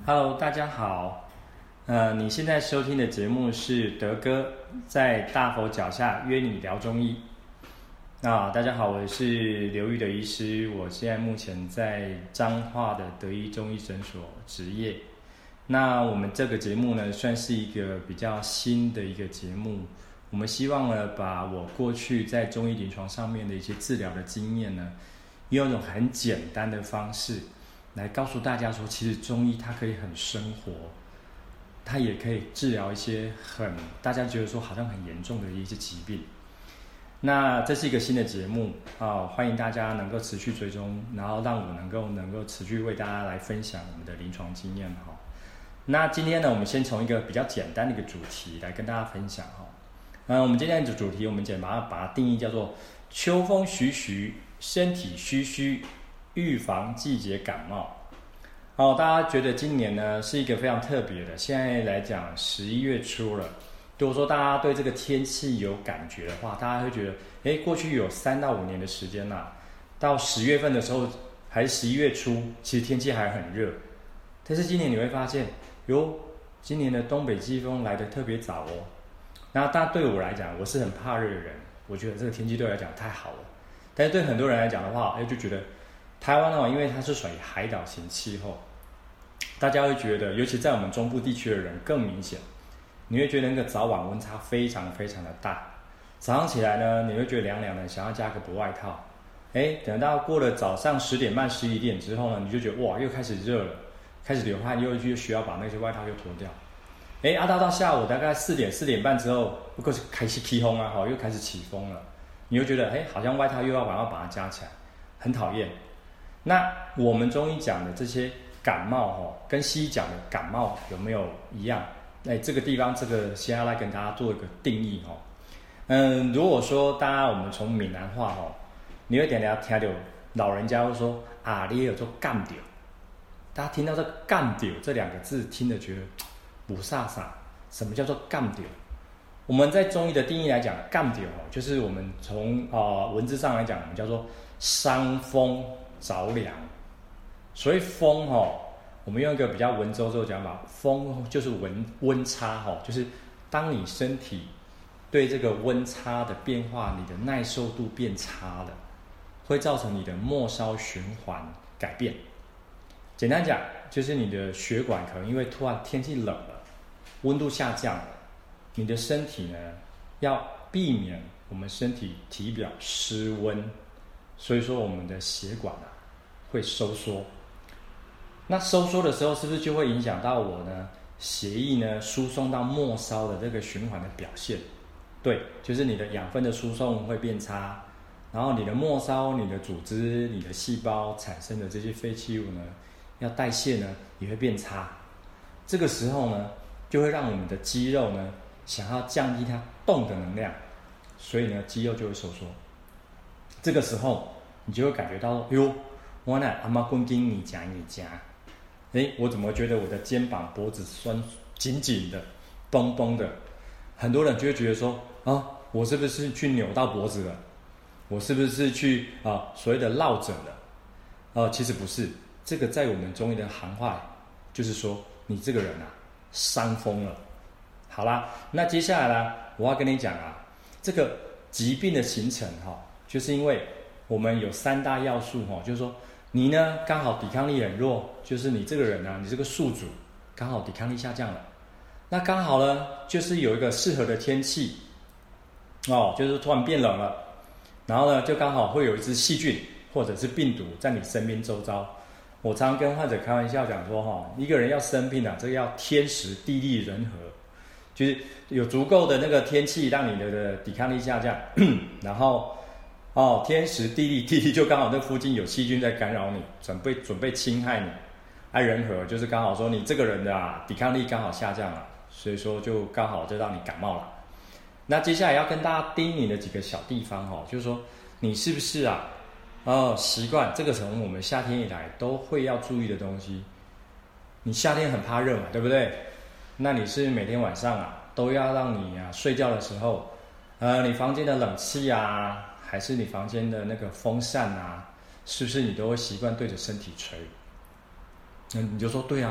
Hello，大家好。你现在收听的节目是德哥在大佛脚下约你聊中医。大家好，我是刘玉的医师，我现在目前在彰化的德医中医诊所执业。那我们这个节目呢，算是一个比较新的一个节目。我们希望呢，把我过去在中医临床上面的一些治疗的经验呢，用一种很简单的方式来告诉大家说，其实中医它可以很生活，它也可以治疗一些大家觉得说好像很严重的一些疾病。那这是一个新的节目欢迎大家能够持续追踪，然后让我能够持续为大家来分享我们的临床经验那今天呢，我们先从一个比较简单的一个主题来跟大家分享我们今天的主题，我们把它定义叫做秋风徐徐，身体虚虚，预防季节感冒。大家觉得今年呢是一个非常特别的，现在来讲11月初了。如果说大家对这个天气有感觉的话，大家会觉得过去有3到5年的时间到10月份的时候还是11月初，其实天气还很热。但是今年你会发现今年的东北季风来得特别早那当然对我来讲，我是很怕热的人，我觉得这个天气对我来讲太好了。但是对很多人来讲的话就觉得台湾因为它是属于海岛型气候，大家会觉得，尤其在我们中部地区的人更明显，你会觉得那个早晚温差非常非常的大。早上起来呢，你会觉得凉凉的，想要加个薄外套。等到过了早上10点半、11点之后呢，你就觉得哇，又开始热了，开始流汗，又需要把那些外套又脱掉。到下午大概4点半之后，又开始起风又开始起风了。你又觉得好像外套又要把它加起来，很讨厌。那我们中医讲的这些感冒跟西医讲的感冒有没有一样？这个地方先要来跟大家做一个定义如果说我们从闽南话你会听到老人家会说你有做干掉。大家听到这干掉这2个字，听着觉得不飒飒。什么叫做干掉？我们在中医的定义来讲，干掉就是我们从文字上来讲，我们叫做伤风着凉。所以风我们用一个比较文绉绉的讲法，风就是温差就是当你身体对这个温差的变化，你的耐受度变差了，会造成你的末梢循环改变。简单讲，就是你的血管可能因为突然天气冷了，温度下降了，你的身体呢要避免我们身体体表失温，所以说我们的血管会收缩。那收缩的时候，是不是就会影响到我呢血液呢输送到末梢的这个循环的表现？对，就是你的养分的输送会变差，然后你的末梢、你的组织、你的细胞产生的这些废弃物呢，要代谢呢也会变差。这个时候呢，就会让我们的肌肉呢想要降低它动的能量，所以呢肌肉就会收缩。这个时候你就会感觉到我阿妈棍筋你夹，我怎么觉得我的肩膀脖子酸紧紧的绷绷的。很多人就会觉得说我是不是去扭到脖子了，我是不是去所谓的落枕了其实不是。这个在我们中医的行话就是说你这个人伤风了。好啦，那接下来呢，我要跟你讲这个疾病的形成就是因为我们有3大要素就是说你呢刚好抵抗力很弱，就是你这个人你这个宿主刚好抵抗力下降了。那刚好呢就是有一个适合的天气就是突然变冷了，然后呢就刚好会有一只细菌或者是病毒在你身边周遭。我常跟患者开玩笑讲说一个人要生病这个要天时地利人和，就是有足够的那个天气让你的抵抗力下降然后天时地利就刚好那附近有细菌在干扰你，准备侵害你。人和就是刚好说你这个人的抵抗力刚好下降了，所以说就刚好就让你感冒了。那接下来要跟大家叮咛的几个小地方就是说你是不是习惯这个从我们夏天以来都会要注意的东西。你夏天很怕热嘛，对不对？那你是每天晚上都要让你睡觉的时候你房间的冷气还是你房间的那个风扇是不是你都会习惯对着身体吹？你就说对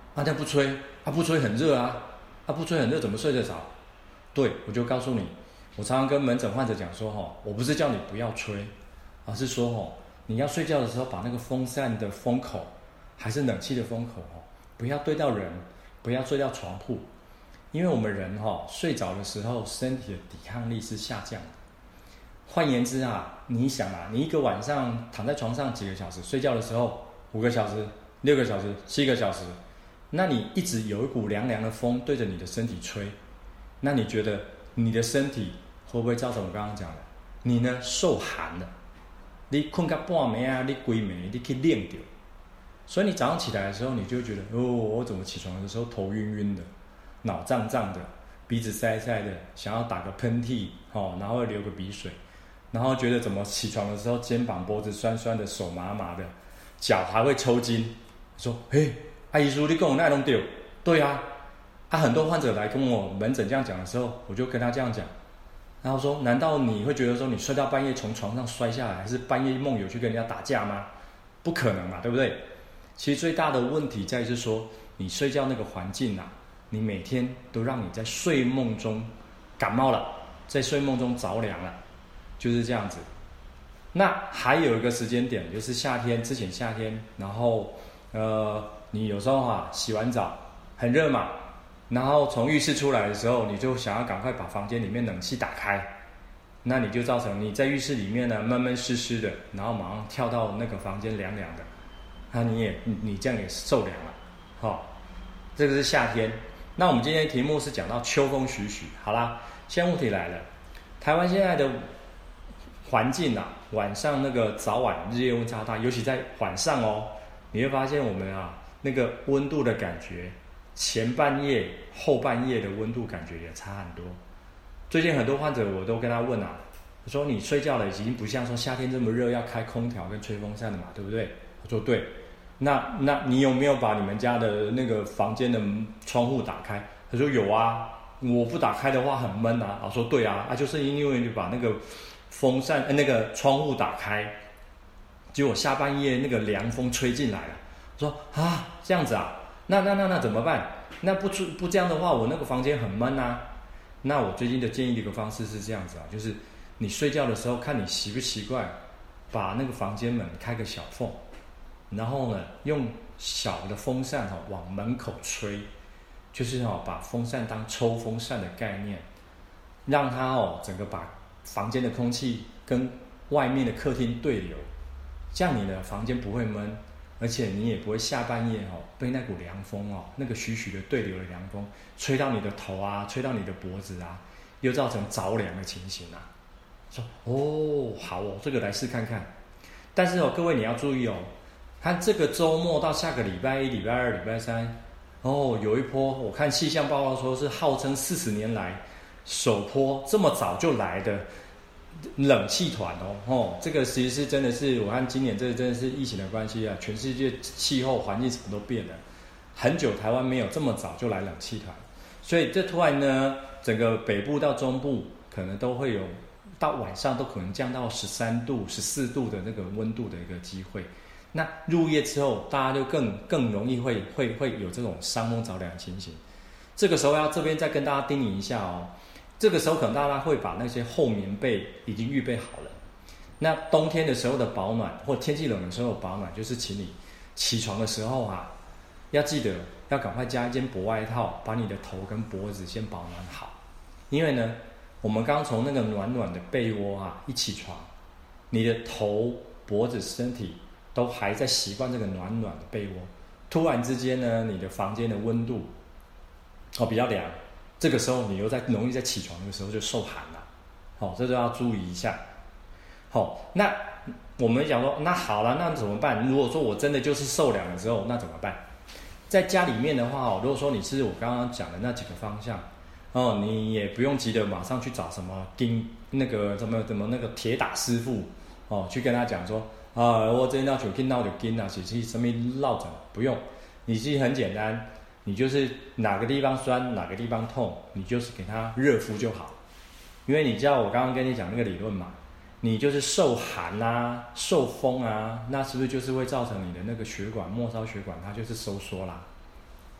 啊，那不吹啊，不吹很热啊，啊不吹很热怎么睡得着？对，我就告诉你，我常常跟门诊患者讲说我不是叫你不要吹，而是说你要睡觉的时候把那个风扇的风口还是冷气的风口不要对到人，不要对到床铺，因为我们人睡着的时候身体的抵抗力是下降的。换言之你想你一个晚上躺在床上几个小时，睡觉的时候5个小时、6个小时、7个小时，那你一直有一股凉凉的风对着你的身体吹，那你觉得你的身体会不会造成我刚刚讲的，你呢受寒了？你困到半暝你规暝你去冷掉，所以你早上起来的时候，你就会觉得我怎么起床的时候头晕晕的，脑胀胀的，鼻子塞塞的，想要打个喷嚏然后流个鼻水，然后觉得怎么起床的时候肩膀脖子酸酸的，手麻麻的，脚还会抽筋。说医师你跟我那弄丢？对啊，很多患者来跟我门诊这样讲的时候，我就跟他这样讲，然后说难道你会觉得说你睡到半夜从床上摔下来，还是半夜梦游去跟人家打架吗？不可能嘛，对不对？其实最大的问题在于是说你睡觉那个环境你每天都让你在睡梦中感冒了，在睡梦中着凉了，就是这样子。那还有一个时间点，就是夏天之前夏天，然后你有时候洗完澡很热嘛，然后从浴室出来的时候，你就想要赶快把房间里面冷气打开，那你就造成你在浴室里面呢闷闷湿湿的，然后马上跳到那个房间凉凉的，那你这样也受凉了，这个是夏天。那我们今天的题目是讲到秋风徐徐，好啦，现在问题来了，台湾现在的环境晚上那个早晚日夜温差大，尤其在晚上你会发现我们那个温度的感觉，前半夜后半夜的温度感觉也差很多。最近很多患者我都跟他问我说你睡觉了已经不像说夏天这么热要开空调跟吹风扇的嘛，对不对？我说对。那你有没有把你们家的那个房间的窗户打开？他说有啊，我不打开的话很闷啊。我说对啊，就是因为你把那个风扇那个窗户打开，结果下半夜那个凉风吹进来了。我说这样子那怎么办？那不这样的话，我那个房间很闷啊。那我最近的建议的一个方式是这样子就是你睡觉的时候看你习不习惯把那个房间门开个小缝，然后呢用小的风扇往门口吹，就是把风扇当抽风扇的概念，让它整个把房间的空气跟外面的客厅对流，这样你的房间不会闷，而且你也不会下半夜被那股凉风那个徐徐的对流的凉风吹到你的头吹到你的脖子又造成着凉的情形说好这个来试看看。但是各位你要注意看这个周末到下个礼拜1、礼拜2、礼拜3有一波我看气象报告说是号称40年来首波这么早就来的冷气团这个其实是真的是我看今年这个真的是疫情的关系全世界气候环境什么都变了，很久台湾没有这么早就来冷气团，所以这突然呢整个北部到中部可能都会有到晚上都可能降到13度、14度的那个温度的一个机会。那入夜之后大家就更容易会有这种伤风着凉的情形。这个时候这边再跟大家叮咛一下这个时候可能大家会把那些厚棉被已经预备好了。那冬天的时候的保暖或天气冷的时候的保暖，就是请你起床的时候要记得要赶快加一件薄外套，把你的头跟脖子先保暖好。因为呢我们刚从那个暖暖的被窝一起床，你的头脖子身体都还在习惯这个暖暖的被窝，突然之间呢你的房间的温度比较凉，这个时候你又容易在起床的时候就受寒了这就要注意一下。那我们讲说那好了，那怎么办？如果说我真的就是受凉的时候，那怎么办？在家里面的话如果说你是我刚刚讲的那几个方向你也不用急着马上去找什么那个什么那个铁打师傅去跟他讲说我这闹就闹就是什么落枕，不用，你是很简单，你就是哪个地方酸哪个地方痛，你就是给他热敷就好。因为你知道我刚刚跟你讲那个理论嘛，你就是受寒受风那是不是就是会造成你的那个血管末梢血管它就是收缩啦。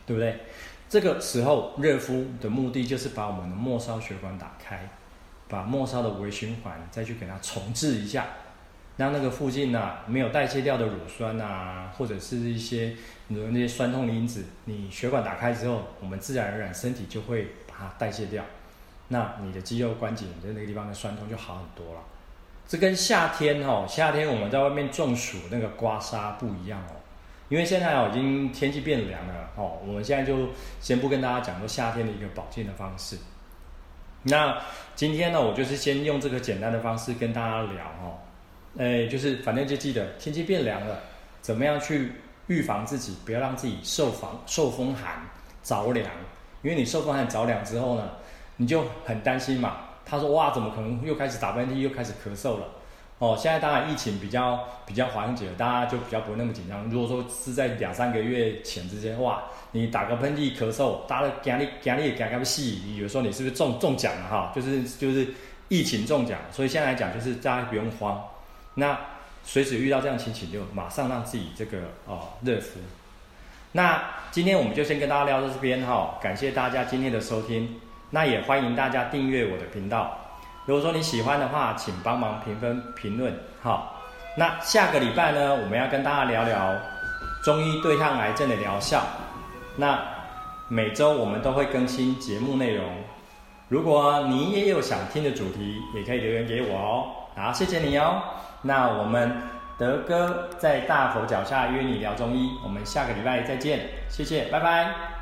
对不对？这个时候热敷的目的就是把我们的末梢血管打开，把末梢的微循环再去给它重置一下，让那个附近没有代谢掉的乳酸或者是一些那些酸痛的因子，你血管打开之后，我们自然而然身体就会把它代谢掉，那你的肌肉关节的那个地方的酸痛就好很多了。这跟夏天我们在外面中暑那个刮痧不一样因为现在已经天气变凉了我们现在就先不跟大家讲说夏天的一个保健的方式。那今天呢，我就是先用这个简单的方式跟大家聊就是反正就记得天气变凉了，怎么样去预防自己，不要让自己受风寒着凉。因为你受风寒着凉之后呢，你就很担心嘛。他说哇，怎么可能又开始打喷嚏，又开始咳嗽了？现在当然疫情比较缓解了，大家就比较不会那么紧张。如果说是在2-3个月前之间，哇，你打个喷嚏咳嗽，大家惊你死，以为说你是不是中奖了就是疫情中奖。所以现在来讲，就是大家不用慌。那随时遇到这样情形，就马上让自己这个热敷。那今天我们就先跟大家聊到这边感谢大家今天的收听。那也欢迎大家订阅我的频道。如果说你喜欢的话，请帮忙评分评论。那下个礼拜呢，我们要跟大家聊聊中医对抗癌症的疗效。那每周我们都会更新节目内容。如果你也有想听的主题，也可以留言给我好，谢谢你那我们德哥在大佛脚下约你聊中医，我们下个礼拜再见，谢谢，拜拜。